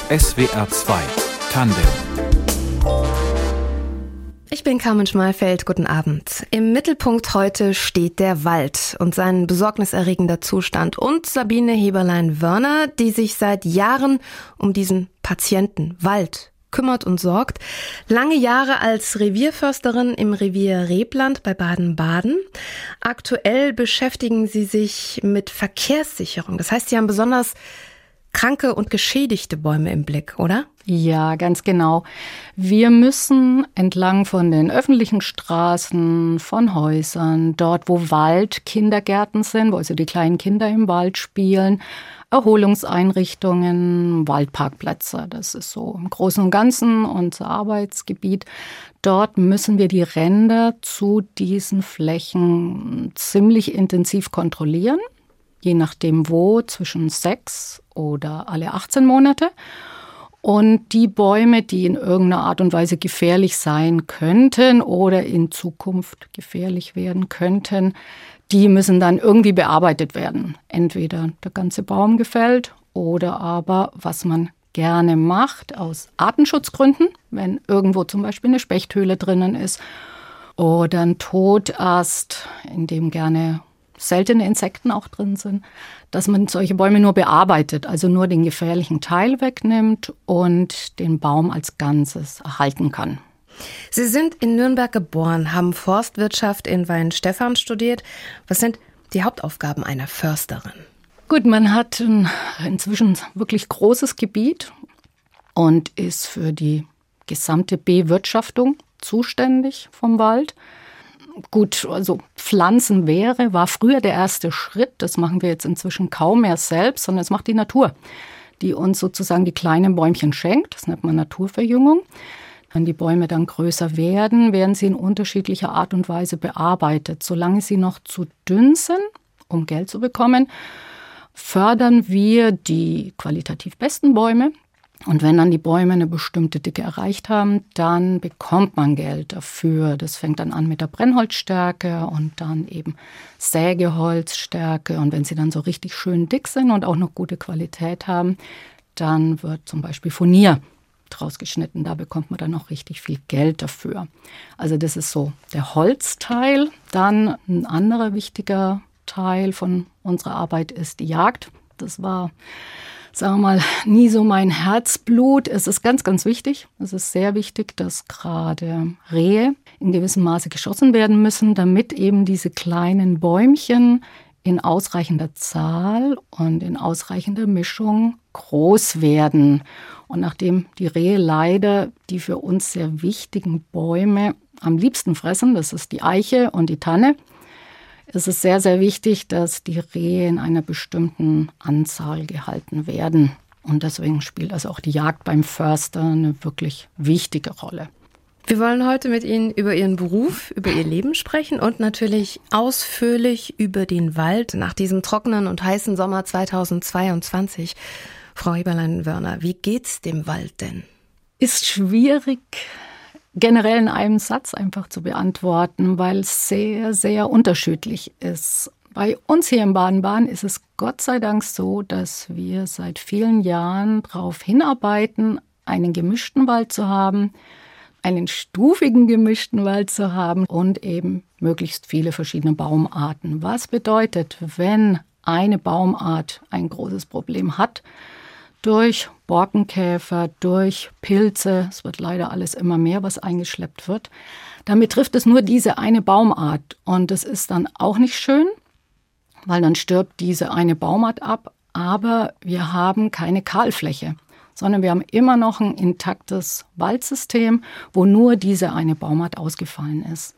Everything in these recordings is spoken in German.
SWR 2 Tandem. Ich bin Carmen Schmalfeld, guten Abend. Im Mittelpunkt heute steht der Wald und sein besorgniserregender Zustand und Sabine Heberlein-Wörner, die sich seit Jahren um diesen Patienten Wald kümmert und sorgt. Lange Jahre als Revierförsterin im Revier Rebland bei Baden-Baden. Aktuell beschäftigen Sie sich mit Verkehrssicherung. Das heißt, Sie haben besonders kranke und geschädigte Bäume im Blick, oder? Ja, ganz genau. Wir müssen entlang von den öffentlichen Straßen, von Häusern, dort wo Waldkindergärten sind, wo also die kleinen Kinder im Wald spielen, Erholungseinrichtungen, Waldparkplätze, das ist so im Großen und Ganzen unser Arbeitsgebiet. Dort müssen wir die Ränder zu diesen Flächen ziemlich intensiv kontrollieren, je nachdem wo, zwischen 6 oder alle 18 Monate. Und die Bäume, die in irgendeiner Art und Weise gefährlich sein könnten oder in Zukunft gefährlich werden könnten, die müssen dann irgendwie bearbeitet werden. Entweder der ganze Baum gefällt oder aber, was man gerne macht, aus Artenschutzgründen, wenn irgendwo zum Beispiel eine Spechthöhle drinnen ist oder ein Totast, in dem gerne seltene Insekten auch drin sind, dass man solche Bäume nur bearbeitet, also nur den gefährlichen Teil wegnimmt und den Baum als Ganzes erhalten kann. Sie sind in Nürnberg geboren, haben Forstwirtschaft in Weihenstephan studiert. Was sind die Hauptaufgaben einer Försterin? Gut, man hat ein inzwischen wirklich großes Gebiet und ist für die gesamte Bewirtschaftung zuständig vom Wald. Gut, also Pflanzen war früher der erste Schritt. Das machen wir jetzt inzwischen kaum mehr selbst, sondern es macht die Natur, die uns sozusagen die kleinen Bäumchen schenkt. Das nennt man Naturverjüngung. Wenn die Bäume dann größer werden, werden sie in unterschiedlicher Art und Weise bearbeitet. Solange sie noch zu dünn sind, um Geld zu bekommen, fördern wir die qualitativ besten Bäume. Und wenn dann die Bäume eine bestimmte Dicke erreicht haben, dann bekommt man Geld dafür. Das fängt dann an mit der Brennholzstärke und dann eben Sägeholzstärke. Und wenn sie dann so richtig schön dick sind und auch noch gute Qualität haben, dann wird zum Beispiel Furnier draus geschnitten. Da bekommt man dann auch richtig viel Geld dafür. Also das ist so der Holzteil. Dann ein anderer wichtiger Teil von unserer Arbeit ist die Jagd. Das war, sagen wir mal, nie so mein Herzblut. Es ist ganz, ganz wichtig. Es ist sehr wichtig, dass gerade Rehe in gewissem Maße geschossen werden müssen, damit eben diese kleinen Bäumchen in ausreichender Zahl und in ausreichender Mischung groß werden. Und nachdem die Rehe leider die für uns sehr wichtigen Bäume am liebsten fressen, das ist die Eiche und die Tanne, ist es sehr, sehr wichtig, dass die Rehe in einer bestimmten Anzahl gehalten werden. Und deswegen spielt also auch die Jagd beim Förster eine wirklich wichtige Rolle. Wir wollen heute mit Ihnen über Ihren Beruf, über Ihr Leben sprechen und natürlich ausführlich über den Wald nach diesem trockenen und heißen Sommer 2022. Frau Heberlein-Wörner, wie geht's dem Wald denn? Ist schwierig, generell in einem Satz einfach zu beantworten, weil es sehr, sehr unterschiedlich ist. Bei uns hier in Baden-Baden ist es Gott sei Dank so, dass wir seit vielen Jahren darauf hinarbeiten, einen gemischten Wald zu haben, einen stufigen gemischten Wald zu haben und eben möglichst viele verschiedene Baumarten. Was bedeutet, wenn eine Baumart ein großes Problem hat, durch Borkenkäfer, durch Pilze, es wird leider alles immer mehr, was eingeschleppt wird, dann betrifft es nur diese eine Baumart. Und das ist dann auch nicht schön, weil dann stirbt diese eine Baumart ab, aber wir haben keine Kahlfläche, sondern wir haben immer noch ein intaktes Waldsystem, wo nur diese eine Baumart ausgefallen ist.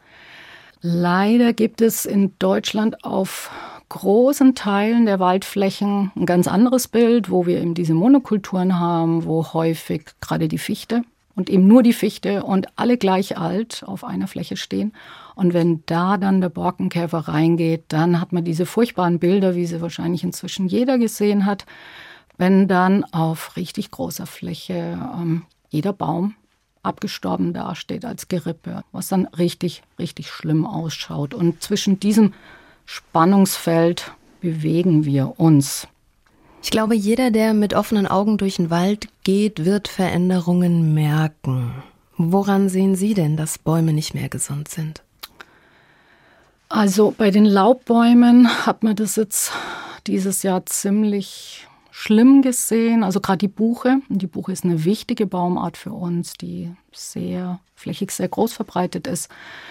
Leider gibt es in Deutschland auf großen Teilen der Waldflächen ein ganz anderes Bild, wo wir eben diese Monokulturen haben, wo häufig gerade die Fichte und eben nur die Fichte und alle gleich alt auf einer Fläche stehen. Und wenn da dann der Borkenkäfer reingeht, dann hat man diese furchtbaren Bilder, wie sie wahrscheinlich inzwischen jeder gesehen hat, wenn dann auf richtig großer Fläche jeder Baum abgestorben dasteht als Gerippe, was dann richtig, richtig schlimm ausschaut. Und zwischen diesem Spannungsfeld bewegen wir uns. Ich glaube, jeder, der mit offenen Augen durch den Wald geht, wird Veränderungen merken. Woran sehen Sie denn, dass Bäume nicht mehr gesund sind? Also bei den Laubbäumen hat man das jetzt dieses Jahr ziemlich schlimm gesehen. Also gerade die Buche. Und die Buche ist eine wichtige Baumart für uns, die sehr flächig, sehr groß verbreitet ist.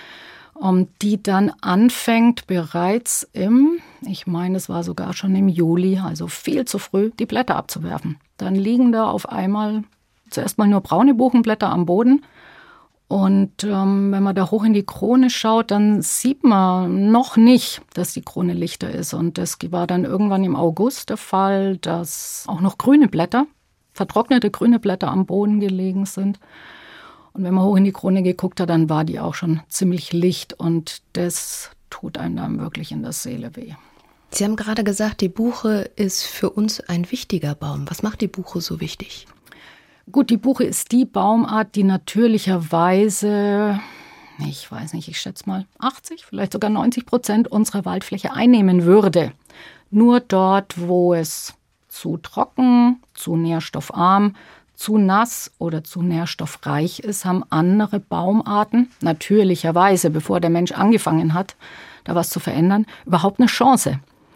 Die dann anfängt bereits ich meine, es war sogar schon im Juli, also viel zu früh, die Blätter abzuwerfen. Dann liegen da auf einmal zuerst mal nur braune Buchenblätter am Boden. Und wenn man da hoch in die Krone schaut, dann sieht man noch nicht, dass die Krone lichter ist. Und das war dann irgendwann im August der Fall, dass auch noch grüne Blätter, vertrocknete grüne Blätter am Boden gelegen sind. Und wenn man hoch in die Krone geguckt hat, dann war die auch schon ziemlich licht. Und das tut einem dann wirklich in der Seele weh. Sie haben gerade gesagt, die Buche ist für uns ein wichtiger Baum. Was macht die Buche so wichtig? Gut, die Buche ist die Baumart, die natürlicherweise, ich weiß nicht, ich schätze mal 80, vielleicht sogar 90% unserer Waldfläche einnehmen würde. Nur dort, wo es zu trocken, zu nährstoffarm, zu nass oder zu nährstoffreich ist, haben andere Baumarten natürlicherweise, bevor der Mensch angefangen hat, da was zu verändern, überhaupt eine Chance.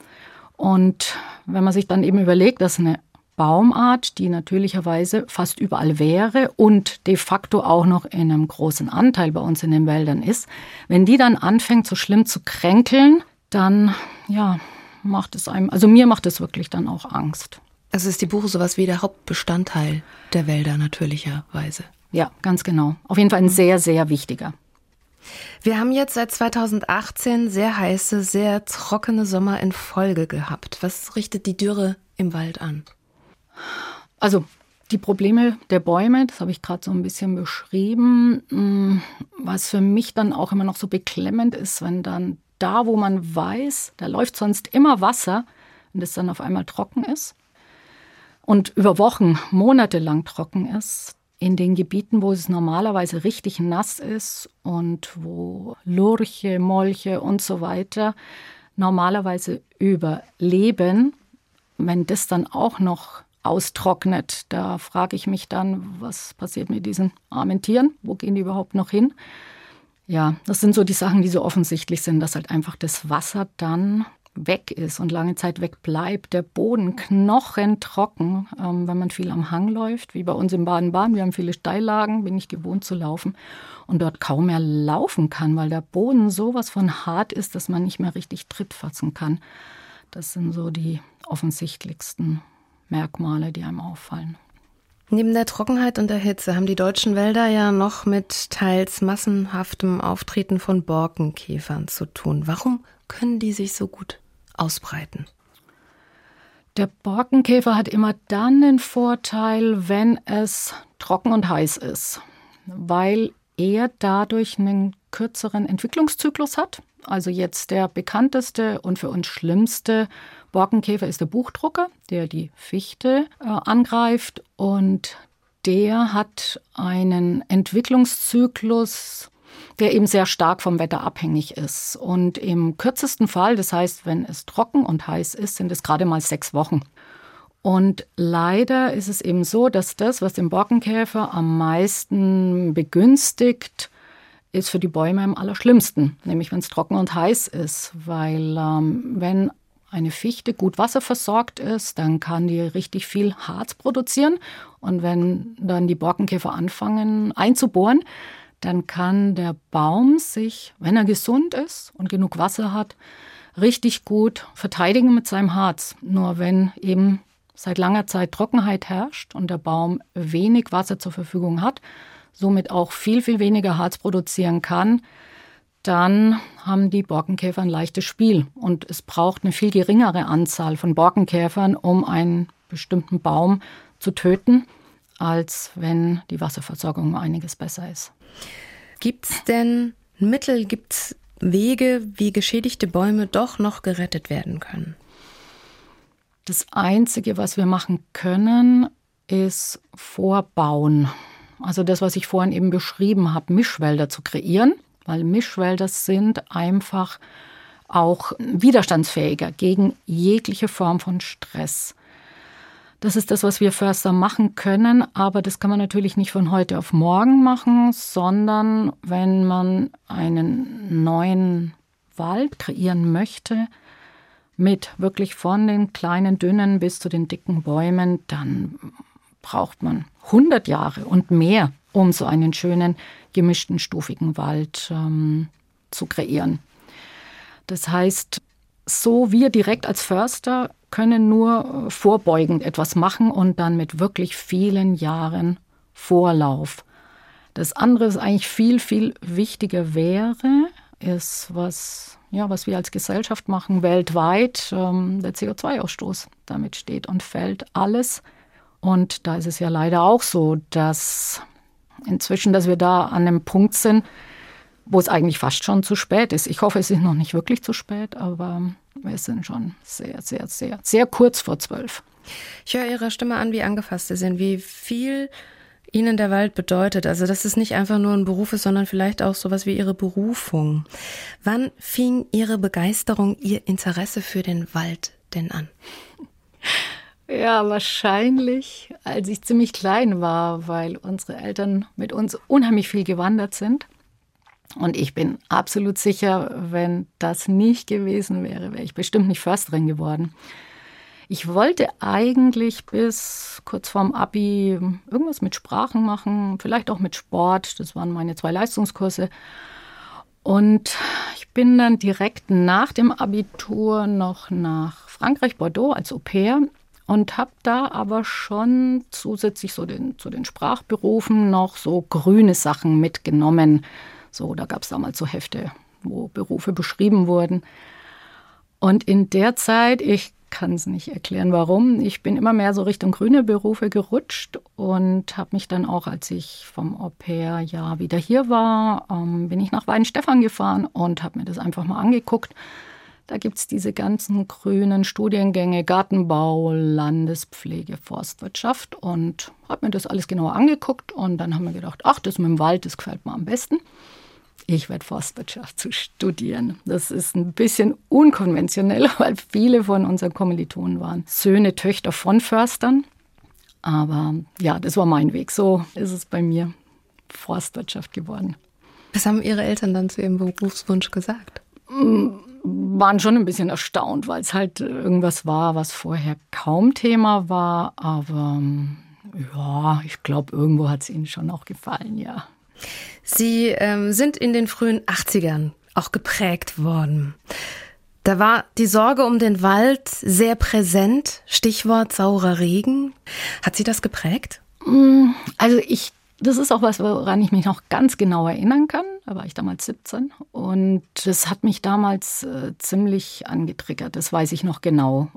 Und wenn man sich dann eben überlegt, dass eine Baumart, die natürlicherweise fast überall wäre und de facto auch noch in einem großen Anteil bei uns in den Wäldern ist, wenn die dann anfängt, so schlimm zu kränkeln, dann macht es einem, also mir macht es wirklich dann auch Angst. Also ist die Buche sowas wie der Hauptbestandteil der Wälder natürlicherweise? Ja, ganz genau. Auf jeden Fall ein sehr, sehr wichtiger. Wir haben jetzt seit 2018 sehr heiße, sehr trockene Sommer in Folge gehabt. Was richtet die Dürre im Wald an? Also die Probleme der Bäume, das habe ich gerade so ein bisschen beschrieben. Was für mich dann auch immer noch so beklemmend ist, wenn dann da, wo man weiß, da läuft sonst immer Wasser, wenn das dann auf einmal trocken ist und über Wochen, Monate lang trocken ist, in den Gebieten, wo es normalerweise richtig nass ist und wo Lurche, Molche und so weiter normalerweise überleben, wenn das dann auch noch austrocknet, da frage ich mich dann, was passiert mit diesen armen Tieren? Wo gehen die überhaupt noch hin? Ja, das sind so die Sachen, die so offensichtlich sind, dass halt einfach das Wasser dann weg ist und lange Zeit weg bleibt. Der Boden knochentrocken, wenn man viel am Hang läuft, wie bei uns in Baden-Baden. Wir haben viele Steillagen, bin ich gewohnt zu laufen und dort kaum mehr laufen kann, weil der Boden sowas von hart ist, dass man nicht mehr richtig Tritt fassen kann. Das sind so die offensichtlichsten Merkmale, die einem auffallen. Neben der Trockenheit und der Hitze haben die deutschen Wälder ja noch mit teils massenhaftem Auftreten von Borkenkäfern zu tun. Warum können die sich so gut ausbreiten? Der Borkenkäfer hat immer dann den Vorteil, wenn es trocken und heiß ist, weil er dadurch einen kürzeren Entwicklungszyklus hat. Also jetzt der bekannteste und für uns schlimmste Borkenkäfer ist der Buchdrucker, der die Fichte angreift. Und der hat einen Entwicklungszyklus, der eben sehr stark vom Wetter abhängig ist. Und im kürzesten Fall, das heißt, wenn es trocken und heiß ist, sind es gerade mal 6 Wochen. Und leider ist es eben so, dass das, was den Borkenkäfer am meisten begünstigt, ist für die Bäume am allerschlimmsten, nämlich wenn es trocken und heiß ist. Weil wenn eine Fichte gut wasserversorgt ist, dann kann die richtig viel Harz produzieren. Und wenn dann die Borkenkäfer anfangen einzubohren, dann kann der Baum sich, wenn er gesund ist und genug Wasser hat, richtig gut verteidigen mit seinem Harz. Nur wenn eben seit langer Zeit Trockenheit herrscht und der Baum wenig Wasser zur Verfügung hat, somit auch viel, viel weniger Harz produzieren kann, dann haben die Borkenkäfer ein leichtes Spiel. Und es braucht eine viel geringere Anzahl von Borkenkäfern, um einen bestimmten Baum zu töten, als wenn die Wasserversorgung um einiges besser ist. Gibt es denn Mittel, gibt es Wege, wie geschädigte Bäume doch noch gerettet werden können? Das Einzige, was wir machen können, ist vorbauen. Also das, was ich vorhin eben beschrieben habe, Mischwälder zu kreieren, weil Mischwälder sind einfach auch widerstandsfähiger gegen jegliche Form von Stress. Das ist das, was wir Förster machen können, aber das kann man natürlich nicht von heute auf morgen machen, sondern wenn man einen neuen Wald kreieren möchte, mit wirklich von den kleinen, dünnen bis zu den dicken Bäumen, dann braucht man 100 Jahre und mehr, um so einen schönen, gemischten, stufigen Wald zu kreieren. Das heißt, so wir direkt als Förster können nur vorbeugend etwas machen und dann mit wirklich vielen Jahren Vorlauf. Das andere, ist eigentlich viel, viel wichtiger wäre, ist, was wir als Gesellschaft machen, weltweit, der CO2-Ausstoß. Damit steht und fällt alles. Und da ist es ja leider auch so, dass wir da an einem Punkt sind, wo es eigentlich fast schon zu spät ist. Ich hoffe, es ist noch nicht wirklich zu spät, aber wir sind schon sehr, sehr, sehr, sehr kurz vor 12. Ich höre Ihrer Stimme an, wie angefasst Sie sind, wie viel Ihnen der Wald bedeutet. Also, dass es nicht einfach nur ein Beruf ist, sondern vielleicht auch sowas wie Ihre Berufung. Wann fing Ihre Begeisterung, Ihr Interesse für den Wald denn an? Ja, wahrscheinlich, als ich ziemlich klein war, weil unsere Eltern mit uns unheimlich viel gewandert sind. Und ich bin absolut sicher, wenn das nicht gewesen wäre, wäre ich bestimmt nicht Försterin geworden. Ich wollte eigentlich bis kurz vorm Abi irgendwas mit Sprachen machen, vielleicht auch mit Sport. Das waren meine 2 Leistungskurse. Und ich bin dann direkt nach dem Abitur noch nach Frankreich, Bordeaux als Au-pair und habe da aber schon zusätzlich zu den Sprachberufen noch so grüne Sachen mitgenommen. So, da gab es damals so Hefte, wo Berufe beschrieben wurden. Und in der Zeit, ich kann es nicht erklären, warum, ich bin immer mehr so Richtung grüne Berufe gerutscht und habe mich dann auch, als ich vom Au-pair-Jahr wieder hier war, bin ich nach Weidenstephan gefahren und habe mir das einfach mal angeguckt. Da gibt es diese ganzen grünen Studiengänge, Gartenbau, Landespflege, Forstwirtschaft und habe mir das alles genauer angeguckt und dann haben wir gedacht, ach, das mit dem Wald, das gefällt mir am besten. Ich werde Forstwirtschaft zu studieren. Das ist ein bisschen unkonventionell, weil viele von unseren Kommilitonen waren Söhne, Töchter von Förstern. Aber ja, das war mein Weg. So ist es bei mir Forstwirtschaft geworden. Was haben Ihre Eltern dann zu Ihrem Berufswunsch gesagt? Waren schon ein bisschen erstaunt, weil es halt irgendwas war, was vorher kaum Thema war. Aber ja, ich glaube, irgendwo hat es ihnen schon auch gefallen, ja. Sie sind in den frühen 80ern auch geprägt worden. Da war die Sorge um den Wald sehr präsent. Stichwort saurer Regen. Hat Sie das geprägt? Also das ist auch was, woran ich mich noch ganz genau erinnern kann. Da war ich damals 17 und das hat mich damals ziemlich angetriggert. Das weiß ich noch genau.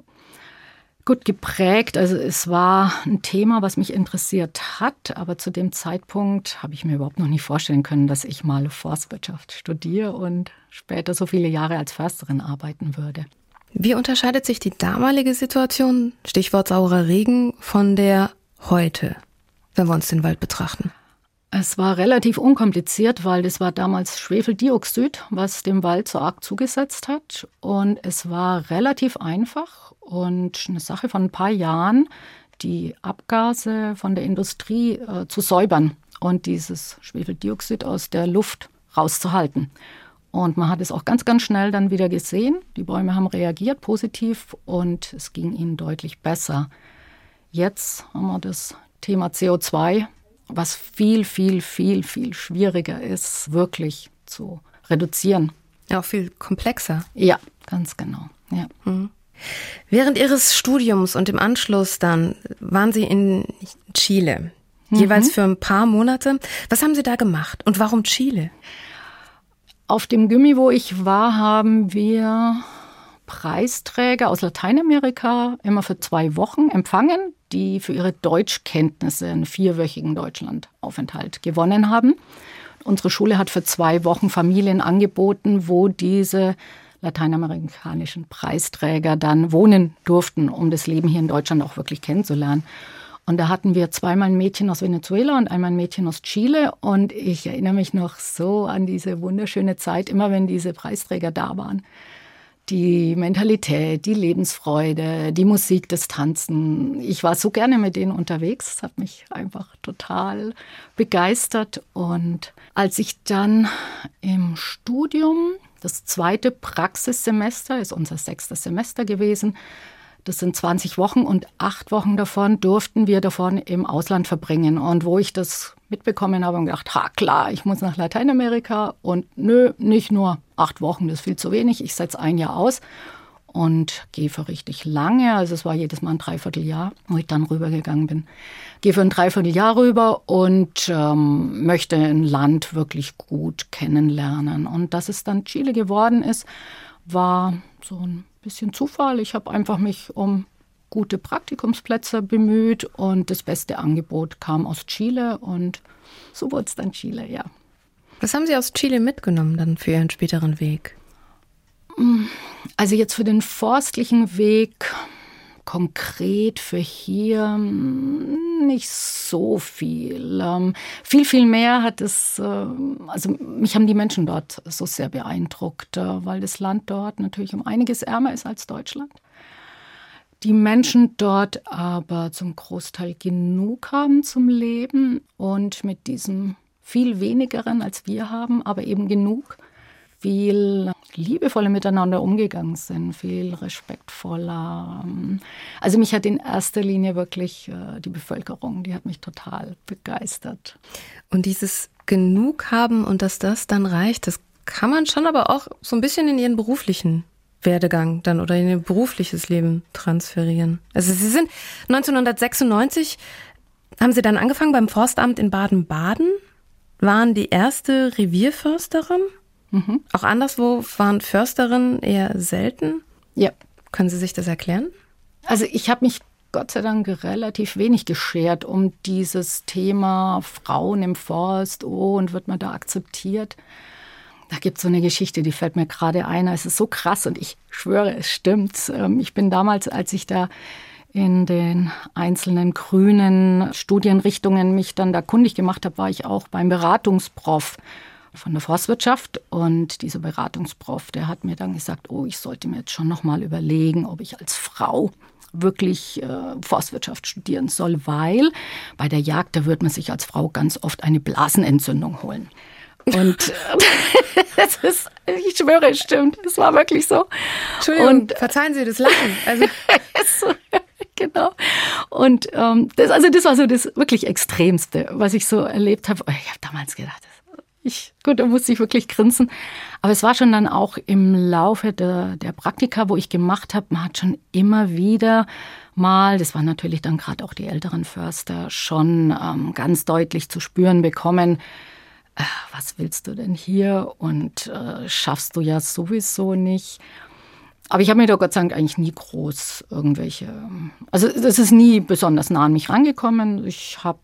Gut geprägt, also es war ein Thema, was mich interessiert hat, aber zu dem Zeitpunkt habe ich mir überhaupt noch nicht vorstellen können, dass ich mal Forstwirtschaft studiere und später so viele Jahre als Försterin arbeiten würde. Wie unterscheidet sich die damalige Situation, Stichwort saurer Regen, von der heute, wenn wir uns den Wald betrachten? Es war relativ unkompliziert, weil das war damals Schwefeldioxid, was dem Wald so arg zugesetzt hat. Und es war relativ einfach und eine Sache von ein paar Jahren, die Abgase von der Industrie zu säubern und dieses Schwefeldioxid aus der Luft rauszuhalten. Und man hat es auch ganz, ganz schnell dann wieder gesehen. Die Bäume haben reagiert positiv und es ging ihnen deutlich besser. Jetzt haben wir das Thema CO2, was viel, viel, viel, viel schwieriger ist, wirklich zu reduzieren. Ja, auch viel komplexer. Ja, ganz genau. Ja. Mhm. Während Ihres Studiums und im Anschluss dann waren Sie in Chile, jeweils für ein paar Monate. Was haben Sie da gemacht und warum Chile? Auf dem Gymi, wo ich war, haben wir Preisträger aus Lateinamerika immer für 2 Wochen empfangen, die für ihre Deutschkenntnisse einen 4-wöchigen Deutschlandaufenthalt gewonnen haben. Unsere Schule hat für 2 Wochen Familien angeboten, wo diese lateinamerikanischen Preisträger dann wohnen durften, um das Leben hier in Deutschland auch wirklich kennenzulernen. Und da hatten wir zweimal ein Mädchen aus Venezuela und einmal ein Mädchen aus Chile. Und ich erinnere mich noch so an diese wunderschöne Zeit, immer wenn diese Preisträger da waren. Die Mentalität, die Lebensfreude, die Musik, das Tanzen. Ich war so gerne mit denen unterwegs. Das hat mich einfach total begeistert. Und als ich dann im Studium, das 2. Praxissemester, ist unser 6. Semester gewesen, das sind 20 Wochen und 8 Wochen davon durften wir im Ausland verbringen. Und wo ich das mitbekommen habe, habe ich gedacht, klar, ich muss nach Lateinamerika. Und nö, nicht nur 8 Wochen, das ist viel zu wenig. Ich setze 1 Jahr aus und gehe für richtig lange. Also es war jedes Mal ein Dreivierteljahr, wo ich dann rübergegangen bin. Gehe für ein Dreivierteljahr rüber und möchte ein Land wirklich gut kennenlernen. Und dass es dann Chile geworden ist, war so ein bisschen Zufall. Ich habe einfach mich um gute Praktikumsplätze bemüht und das beste Angebot kam aus Chile und so wurde es dann Chile, ja. Was haben Sie aus Chile mitgenommen dann für Ihren späteren Weg? Also jetzt für den forstlichen Weg konkret für hier nicht so viel. Viel mehr hat es, also mich haben die Menschen dort so sehr beeindruckt, weil das Land dort natürlich um einiges ärmer ist als Deutschland. Die Menschen dort aber zum Großteil genug haben zum Leben und mit diesem viel wenigeren als wir haben, aber eben genug, viel liebevoller miteinander umgegangen sind, viel respektvoller. Also mich hat in erster Linie wirklich die Bevölkerung, die hat mich total begeistert. Und dieses Genug haben und dass das dann reicht, das kann man schon aber auch so ein bisschen in Ihren beruflichen Werdegang dann oder in Ihr berufliches Leben transferieren. Also Sie sind 1996, haben Sie dann angefangen beim Forstamt in Baden-Baden, waren die erste Revierförsterin. Mhm. Auch anderswo waren Försterinnen eher selten. Ja. Können Sie sich das erklären? Also ich habe mich Gott sei Dank relativ wenig geschert um dieses Thema Frauen im Forst. Und wird man da akzeptiert? Da gibt es so eine Geschichte, die fällt mir gerade ein. Es ist so krass und ich schwöre, es stimmt. Ich bin damals, als ich da in den einzelnen grünen Studienrichtungen mich dann da kundig gemacht habe, war ich auch beim Beratungsprof von der Forstwirtschaft. Und dieser Beratungsprof, der hat mir dann gesagt, ich sollte mir jetzt schon noch mal überlegen, ob ich als Frau wirklich Forstwirtschaft studieren soll, weil bei der Jagd, da wird man sich als Frau ganz oft eine Blasenentzündung holen. Und das ist, ich schwöre, es stimmt. Es war wirklich so. Entschuldigung, und verzeihen Sie das Lachen. Also genau. Und das war so das wirklich Extremste, was ich so erlebt habe. Ich habe damals gedacht, da musste ich wirklich grinsen. Aber es war schon dann auch im Laufe der Praktika, wo ich gemacht habe, man hat schon immer wieder mal, das waren natürlich dann gerade auch die älteren Förster, schon ganz deutlich zu spüren bekommen, was willst du denn hier und schaffst du ja sowieso nicht. Aber ich habe mir da Gott sei Dank eigentlich nie groß irgendwelche, also das ist nie besonders nah an mich rangekommen. Ich habe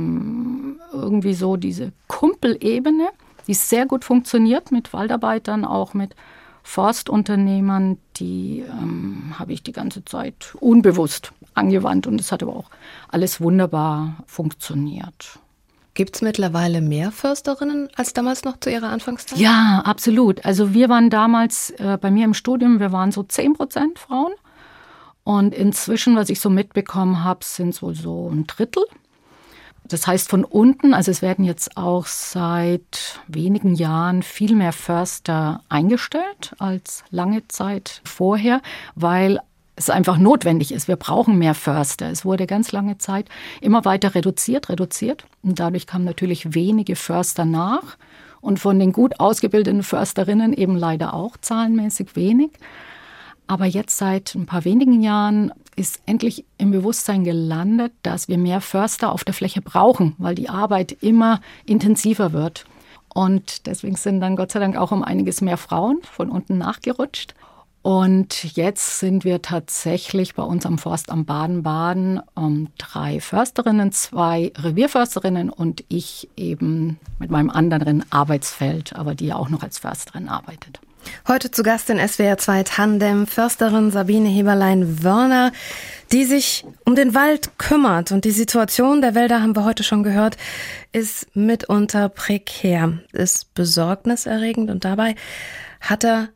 irgendwie so diese Kumpelebene, die sehr gut funktioniert mit Waldarbeitern, auch mit Forstunternehmern, die habe ich die ganze Zeit unbewusst angewandt und es hat aber auch alles wunderbar funktioniert. Gibt es mittlerweile mehr Försterinnen als damals noch zu Ihrer Anfangszeit? Ja, absolut. Also wir waren damals bei mir im Studium, wir waren so 10% Frauen. Und inzwischen, was ich so mitbekommen habe, sind es wohl so ein Drittel. Das heißt von unten, also es werden jetzt auch seit wenigen Jahren viel mehr Förster eingestellt als lange Zeit vorher, weil es einfach notwendig ist. Wir brauchen mehr Förster. Es wurde ganz lange Zeit immer weiter reduziert. Und dadurch kamen natürlich wenige Förster nach. Und von den gut ausgebildeten Försterinnen eben leider auch zahlenmäßig wenig. Aber jetzt seit ein paar wenigen Jahren ist endlich im Bewusstsein gelandet, dass wir mehr Förster auf der Fläche brauchen, weil die Arbeit immer intensiver wird. Und deswegen sind dann Gott sei Dank auch um einiges mehr Frauen von unten nachgerutscht. Und jetzt sind wir tatsächlich bei uns am Forstamt Baden-Baden 3 Försterinnen, 2 Revierförsterinnen und ich eben mit meinem anderen Arbeitsfeld, aber die ja auch noch als Försterin arbeitet. Heute zu Gast in SWR 2 Tandem Försterin Sabine Heberlein-Wörner, die sich um den Wald kümmert. Und die Situation der Wälder, haben wir heute schon gehört, ist mitunter prekär, ist besorgniserregend. Und dabei hat er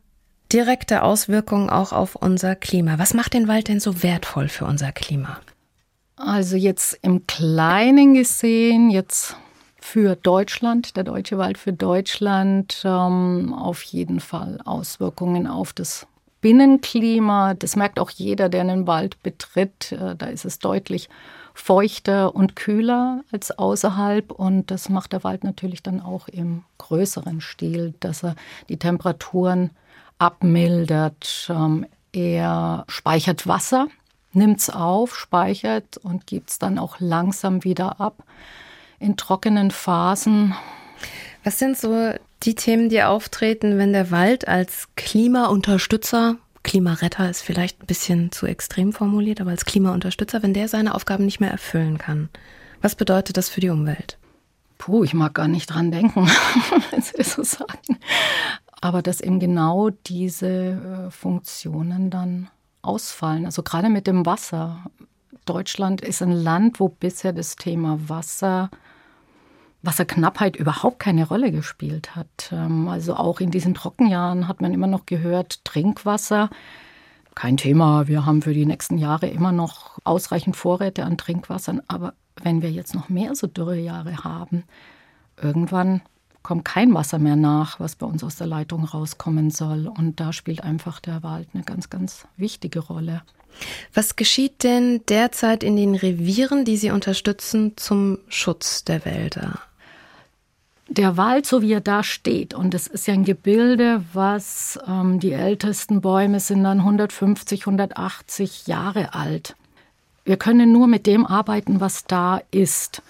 direkte Auswirkungen auch auf unser Klima. Was macht den Wald denn so wertvoll für unser Klima? Also jetzt im Kleinen gesehen, jetzt für Deutschland, der Deutsche Wald für Deutschland, auf jeden Fall Auswirkungen auf das Binnenklima. Das merkt auch jeder, der einen Wald betritt. Da ist es deutlich feuchter und kühler als außerhalb. Und das macht der Wald natürlich dann auch im größeren Stil, dass er die Temperaturen abmildert. Er speichert Wasser, nimmt es auf, speichert und gibt es dann auch langsam wieder ab in trockenen Phasen. Was sind so die Themen, die auftreten, wenn der Wald als Klimaunterstützer, Klimaretter ist vielleicht ein bisschen zu extrem formuliert, aber als Klimaunterstützer, wenn der seine Aufgaben nicht mehr erfüllen kann? Was bedeutet das für die Umwelt? Ich mag gar nicht dran denken, wenn Sie das so sagen. Aber dass eben genau diese Funktionen dann ausfallen. Also gerade mit dem Wasser. Deutschland ist ein Land, wo bisher das Thema Wasserknappheit überhaupt keine Rolle gespielt hat. Also auch in diesen Trockenjahren hat man immer noch gehört, Trinkwasser, kein Thema. Wir haben für die nächsten Jahre immer noch ausreichend Vorräte an Trinkwasser. Aber wenn wir jetzt noch mehr so Dürrejahre haben, irgendwann kommt kein Wasser mehr nach, was bei uns aus der Leitung rauskommen soll. Und da spielt einfach der Wald eine ganz, ganz wichtige Rolle. Was geschieht denn derzeit in den Revieren, die Sie unterstützen, zum Schutz der Wälder? Der Wald, so wie er da steht, und es ist ja ein Gebilde, was die ältesten Bäume sind dann 150, 180 Jahre alt. Wir können nur mit dem arbeiten, was da ist.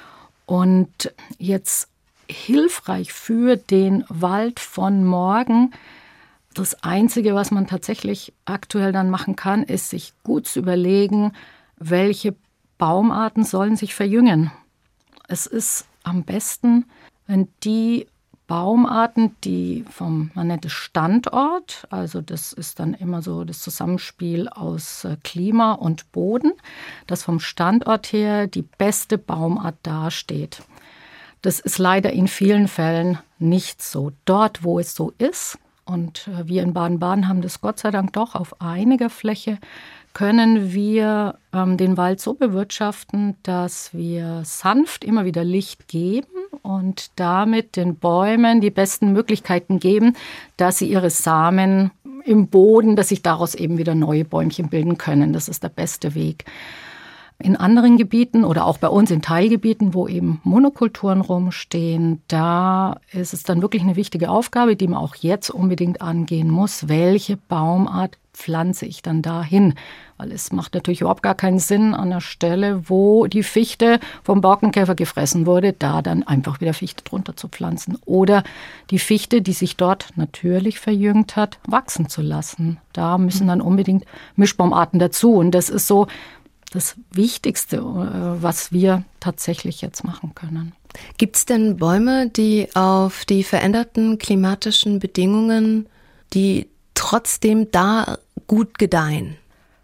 Und jetzt hilfreich für den Wald von morgen. Das Einzige, was man tatsächlich aktuell dann machen kann, ist, sich gut zu überlegen, welche Baumarten sollen sich verjüngen. Es ist am besten, wenn die Baumarten, die man nennt es Standort, also das ist dann immer so das Zusammenspiel aus Klima und Boden, dass vom Standort her die beste Baumart dasteht. Das ist leider in vielen Fällen nicht so. Dort, wo es so ist, und wir in Baden-Baden haben das Gott sei Dank doch auf einiger Fläche, können wir den Wald so bewirtschaften, dass wir sanft immer wieder Licht geben und damit den Bäumen die besten Möglichkeiten geben, dass sie ihre Samen im Boden, dass sich daraus eben wieder neue Bäumchen bilden können. Das ist der beste Weg. In anderen Gebieten oder auch bei uns in Teilgebieten, wo eben Monokulturen rumstehen, da ist es dann wirklich eine wichtige Aufgabe, die man auch jetzt unbedingt angehen muss. Welche Baumart pflanze ich dann dahin? Weil es macht natürlich überhaupt gar keinen Sinn, an der Stelle, wo die Fichte vom Borkenkäfer gefressen wurde, da dann einfach wieder Fichte drunter zu pflanzen. Oder die Fichte, die sich dort natürlich verjüngt hat, wachsen zu lassen. Da müssen dann unbedingt Mischbaumarten dazu. Und das ist so das Wichtigste, was wir tatsächlich jetzt machen können. Gibt es denn Bäume, die auf die veränderten klimatischen Bedingungen, die trotzdem da gut gedeihen?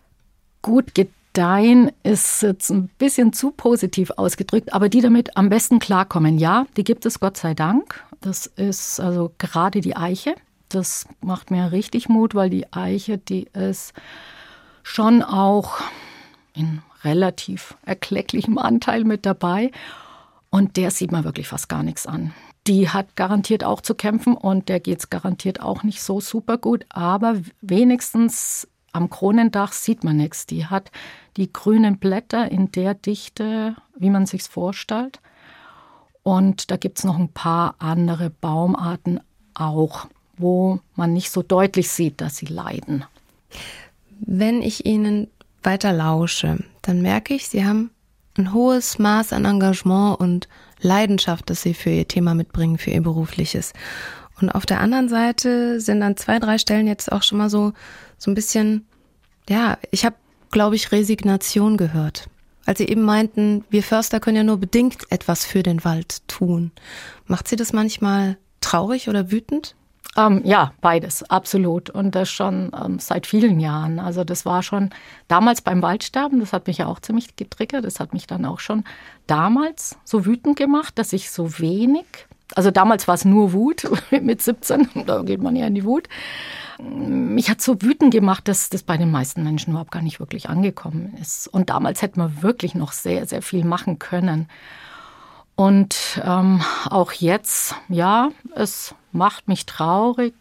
Gut gedeihen ist jetzt ein bisschen zu positiv ausgedrückt, aber die damit am besten klarkommen, ja, die gibt es Gott sei Dank. Das ist also gerade die Eiche. Das macht mir richtig Mut, weil die Eiche, die ist schon auch in relativ erklecklichem Anteil mit dabei. Und der sieht man wirklich fast gar nichts an. Die hat garantiert auch zu kämpfen und der geht es garantiert auch nicht so super gut. Aber wenigstens am Kronendach sieht man nichts. Die hat die grünen Blätter in der Dichte, wie man sich's vorstellt. Und da gibt es noch ein paar andere Baumarten auch, wo man nicht so deutlich sieht, dass sie leiden. Wenn ich Ihnen weiter lausche, dann merke ich, Sie haben ein hohes Maß an Engagement und Leidenschaft, das Sie für Ihr Thema mitbringen, für Ihr berufliches. Und auf der anderen Seite sind an 2, 3 Stellen jetzt auch schon mal so ein bisschen, ja, ich habe, glaube ich, Resignation gehört. Als Sie eben meinten, wir Förster können ja nur bedingt etwas für den Wald tun. Macht Sie das manchmal traurig oder wütend? Ja, beides, absolut. Und das schon seit vielen Jahren. Also das war schon damals beim Waldsterben, das hat mich ja auch ziemlich getriggert. Das hat mich dann auch schon damals so wütend gemacht, dass ich so wenig, also damals war es nur Wut mit 17, da geht man ja in die Wut. mich hat so wütend gemacht, dass das bei den meisten Menschen überhaupt gar nicht wirklich angekommen ist. Und damals hätte man wirklich noch sehr, sehr viel machen können. Und auch jetzt, ja, es macht mich traurig.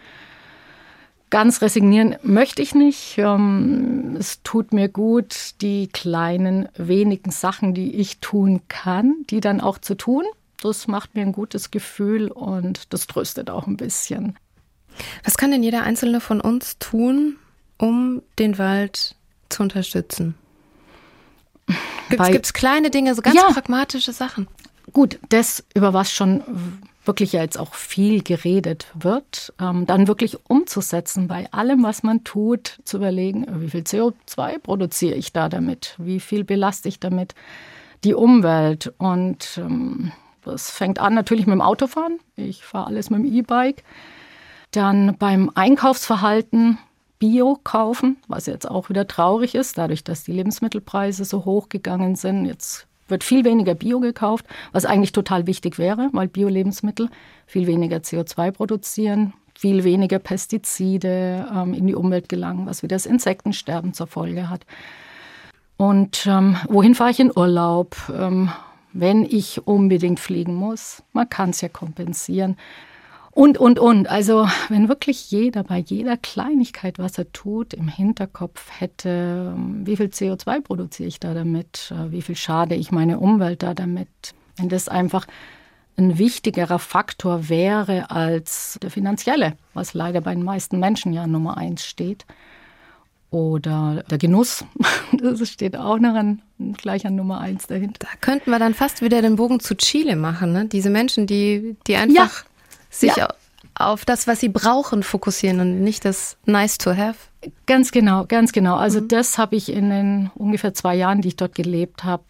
Ganz resignieren möchte ich nicht. Es tut mir gut, die kleinen, wenigen Sachen, die ich tun kann, die dann auch zu tun. Das macht mir ein gutes Gefühl und das tröstet auch ein bisschen. Was kann denn jeder Einzelne von uns tun, um den Wald zu unterstützen? Gibt es kleine Dinge, so ganz pragmatische Sachen? Gut, das, über was schon wirklich ja jetzt auch viel geredet wird, dann wirklich umzusetzen, bei allem, was man tut, zu überlegen, wie viel CO2 produziere ich da damit, wie viel belaste ich damit die Umwelt. Und das fängt an natürlich mit dem Autofahren. Ich fahre alles mit dem E-Bike. Dann beim Einkaufsverhalten Bio kaufen, was jetzt auch wieder traurig ist, dadurch, dass die Lebensmittelpreise so hoch gegangen sind. Jetzt wird viel weniger Bio gekauft, was eigentlich total wichtig wäre, weil Bio-Lebensmittel viel weniger CO2 produzieren, viel weniger Pestizide in die Umwelt gelangen, was wieder das Insektensterben zur Folge hat. Und wohin fahre ich in Urlaub, wenn ich unbedingt fliegen muss? Man kann es ja kompensieren. Und. Also wenn wirklich jeder bei jeder Kleinigkeit, was er tut, im Hinterkopf hätte, wie viel CO2 produziere ich da damit, wie viel schade ich meine Umwelt da damit. Wenn das einfach ein wichtigerer Faktor wäre als der finanzielle, was leider bei den meisten Menschen ja Nummer 1 steht. Oder der Genuss, das steht auch noch gleich an Nummer 1 dahinter. Da könnten wir dann fast wieder den Bogen zu Chile machen, ne? Diese Menschen, die einfach sich auf das, was sie brauchen, fokussieren und nicht das nice to have. Ganz genau, ganz genau. Also das habe ich in den ungefähr 2 Jahren, die ich dort gelebt habe,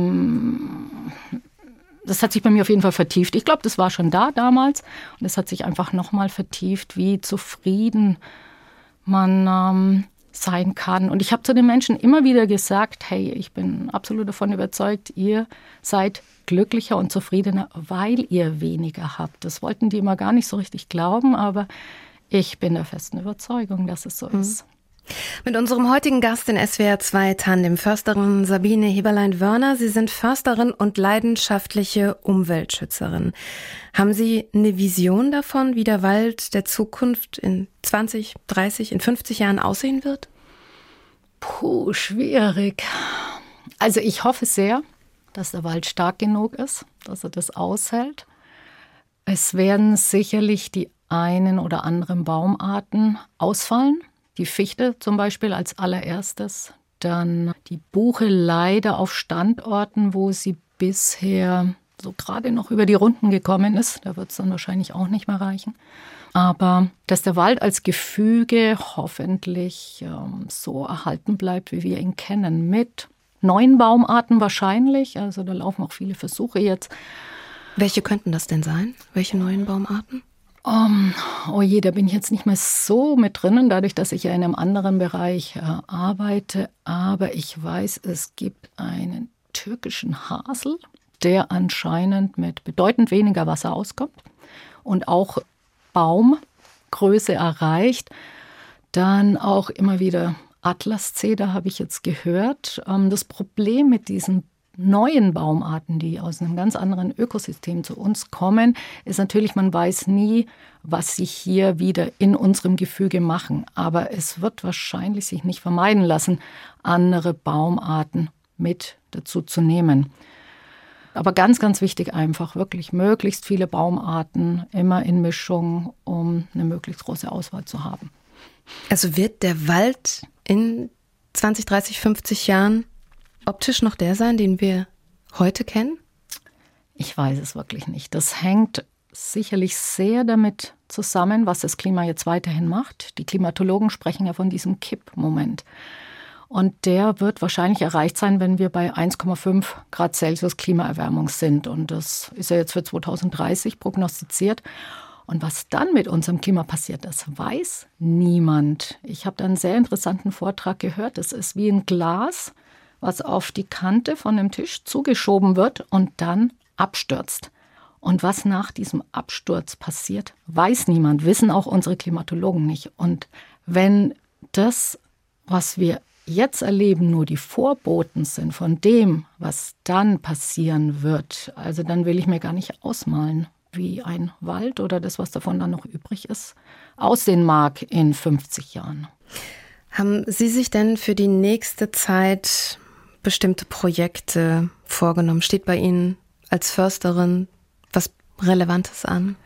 das hat sich bei mir auf jeden Fall vertieft. Ich glaube, das war schon da damals und es hat sich einfach nochmal vertieft, wie zufrieden man sein kann. Und ich habe zu den Menschen immer wieder gesagt, hey, ich bin absolut davon überzeugt, ihr seid glücklicher und zufriedener, weil ihr weniger habt. Das wollten die immer gar nicht so richtig glauben, aber ich bin der festen Überzeugung, dass es so ist. Mit unserem heutigen Gast in SWR 2 Tandem, Försterin Sabine Heberlein-Wörner. Sie sind Försterin und leidenschaftliche Umweltschützerin. Haben Sie eine Vision davon, wie der Wald der Zukunft in 20, 30, in 50 Jahren aussehen wird? Puh, schwierig. Also ich hoffe sehr, dass der Wald stark genug ist, dass er das aushält. Es werden sicherlich die einen oder anderen Baumarten ausfallen. Die Fichte zum Beispiel als allererstes. Dann die Buche leider auf Standorten, wo sie bisher so gerade noch über die Runden gekommen ist. Da wird es dann wahrscheinlich auch nicht mehr reichen. Aber dass der Wald als Gefüge hoffentlich so erhalten bleibt, wie wir ihn kennen, mit neuen Baumarten wahrscheinlich. Also da laufen auch viele Versuche jetzt. Welche könnten das denn sein? Welche neuen Baumarten? Oh je, da bin ich jetzt nicht mehr so mit drinnen, dadurch, dass ich ja in einem anderen Bereich arbeite. Aber ich weiß, es gibt einen türkischen Hasel, der anscheinend mit bedeutend weniger Wasser auskommt und auch Baumgröße erreicht. Dann auch immer wieder Atlaszeder habe ich jetzt gehört. Das Problem mit diesen neuen Baumarten, die aus einem ganz anderen Ökosystem zu uns kommen, ist natürlich, man weiß nie, was sie hier wieder in unserem Gefüge machen. Aber es wird wahrscheinlich sich nicht vermeiden lassen, andere Baumarten mit dazu zu nehmen. Aber ganz, ganz wichtig einfach, wirklich möglichst viele Baumarten, immer in Mischung, um eine möglichst große Auswahl zu haben. Also wird der Wald in 20, 30, 50 Jahren optisch noch der sein, den wir heute kennen? Ich weiß es wirklich nicht. Das hängt sicherlich sehr damit zusammen, was das Klima jetzt weiterhin macht. Die Klimatologen sprechen ja von diesem Kippmoment. Und der wird wahrscheinlich erreicht sein, wenn wir bei 1,5 Grad Celsius Klimaerwärmung sind. Und das ist ja jetzt für 2030 prognostiziert. Und was dann mit unserem Klima passiert, das weiß niemand. Ich habe da einen sehr interessanten Vortrag gehört. Das ist wie ein Glas, was auf die Kante von dem Tisch zugeschoben wird und dann abstürzt. Und was nach diesem Absturz passiert, weiß niemand, wissen auch unsere Klimatologen nicht. Und wenn das, was wir jetzt erleben, nur die Vorboten sind von dem, was dann passieren wird, also dann will ich mir gar nicht ausmalen, wie ein Wald oder das, was davon dann noch übrig ist, aussehen mag in 50 Jahren. Haben Sie sich denn für die nächste Zeit bestimmte Projekte vorgenommen? Steht bei Ihnen als Försterin was Relevantes an?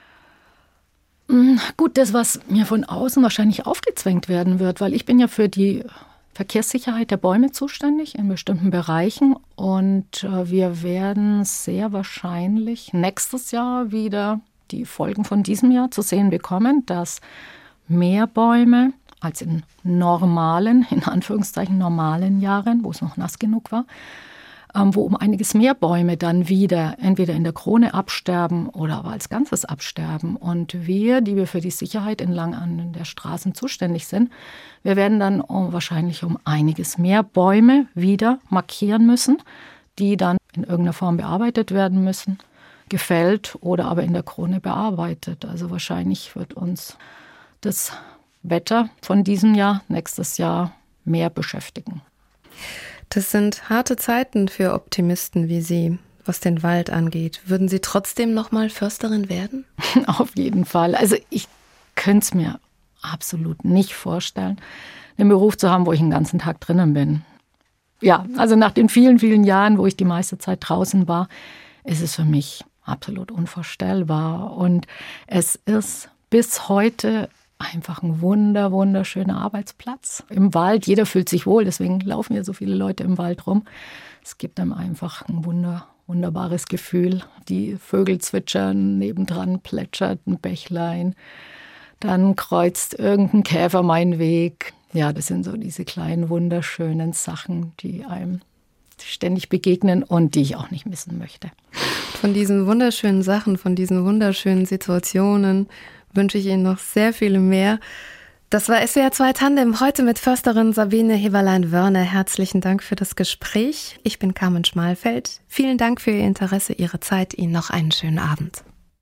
Gut, das, was mir von außen wahrscheinlich aufgezwängt werden wird, weil ich bin ja für die Verkehrssicherheit der Bäume zuständig in bestimmten Bereichen und wir werden sehr wahrscheinlich nächstes Jahr wieder die Folgen von diesem Jahr zu sehen bekommen, dass mehr Bäume als in normalen, in Anführungszeichen normalen Jahren, wo es noch nass genug war, wo um einiges mehr Bäume dann wieder entweder in der Krone absterben oder aber als Ganzes absterben. Und wir, die wir für die Sicherheit entlang an der Straßen zuständig sind, wir werden dann wahrscheinlich um einiges mehr Bäume wieder markieren müssen, die dann in irgendeiner Form bearbeitet werden müssen, gefällt oder aber in der Krone bearbeitet. Also wahrscheinlich wird uns das Wetter von diesem Jahr nächstes Jahr mehr beschäftigen. Das sind harte Zeiten für Optimisten wie Sie, was den Wald angeht. Würden Sie trotzdem noch mal Försterin werden? Auf jeden Fall. Also ich könnte es mir absolut nicht vorstellen, einen Beruf zu haben, wo ich den ganzen Tag drinnen bin. Ja, also nach den vielen, vielen Jahren, wo ich die meiste Zeit draußen war, ist es für mich absolut unvorstellbar. Und es ist bis heute einfach ein wunderschöner Arbeitsplatz im Wald. Jeder fühlt sich wohl, deswegen laufen ja so viele Leute im Wald rum. Es gibt einem einfach ein wunderbares Gefühl. Die Vögel zwitschern, nebendran plätschert ein Bächlein. Dann kreuzt irgendein Käfer meinen Weg. Ja, das sind so diese kleinen, wunderschönen Sachen, die einem ständig begegnen und die ich auch nicht missen möchte. Von diesen wunderschönen Sachen, von diesen wunderschönen Situationen wünsche ich Ihnen noch sehr viele mehr. Das war SWR 2 Tandem, heute mit Försterin Sabine Heberlein-Wörner. Herzlichen Dank für das Gespräch. Ich bin Carmen Schmalfeld. Vielen Dank für Ihr Interesse, Ihre Zeit. Ihnen noch einen schönen Abend.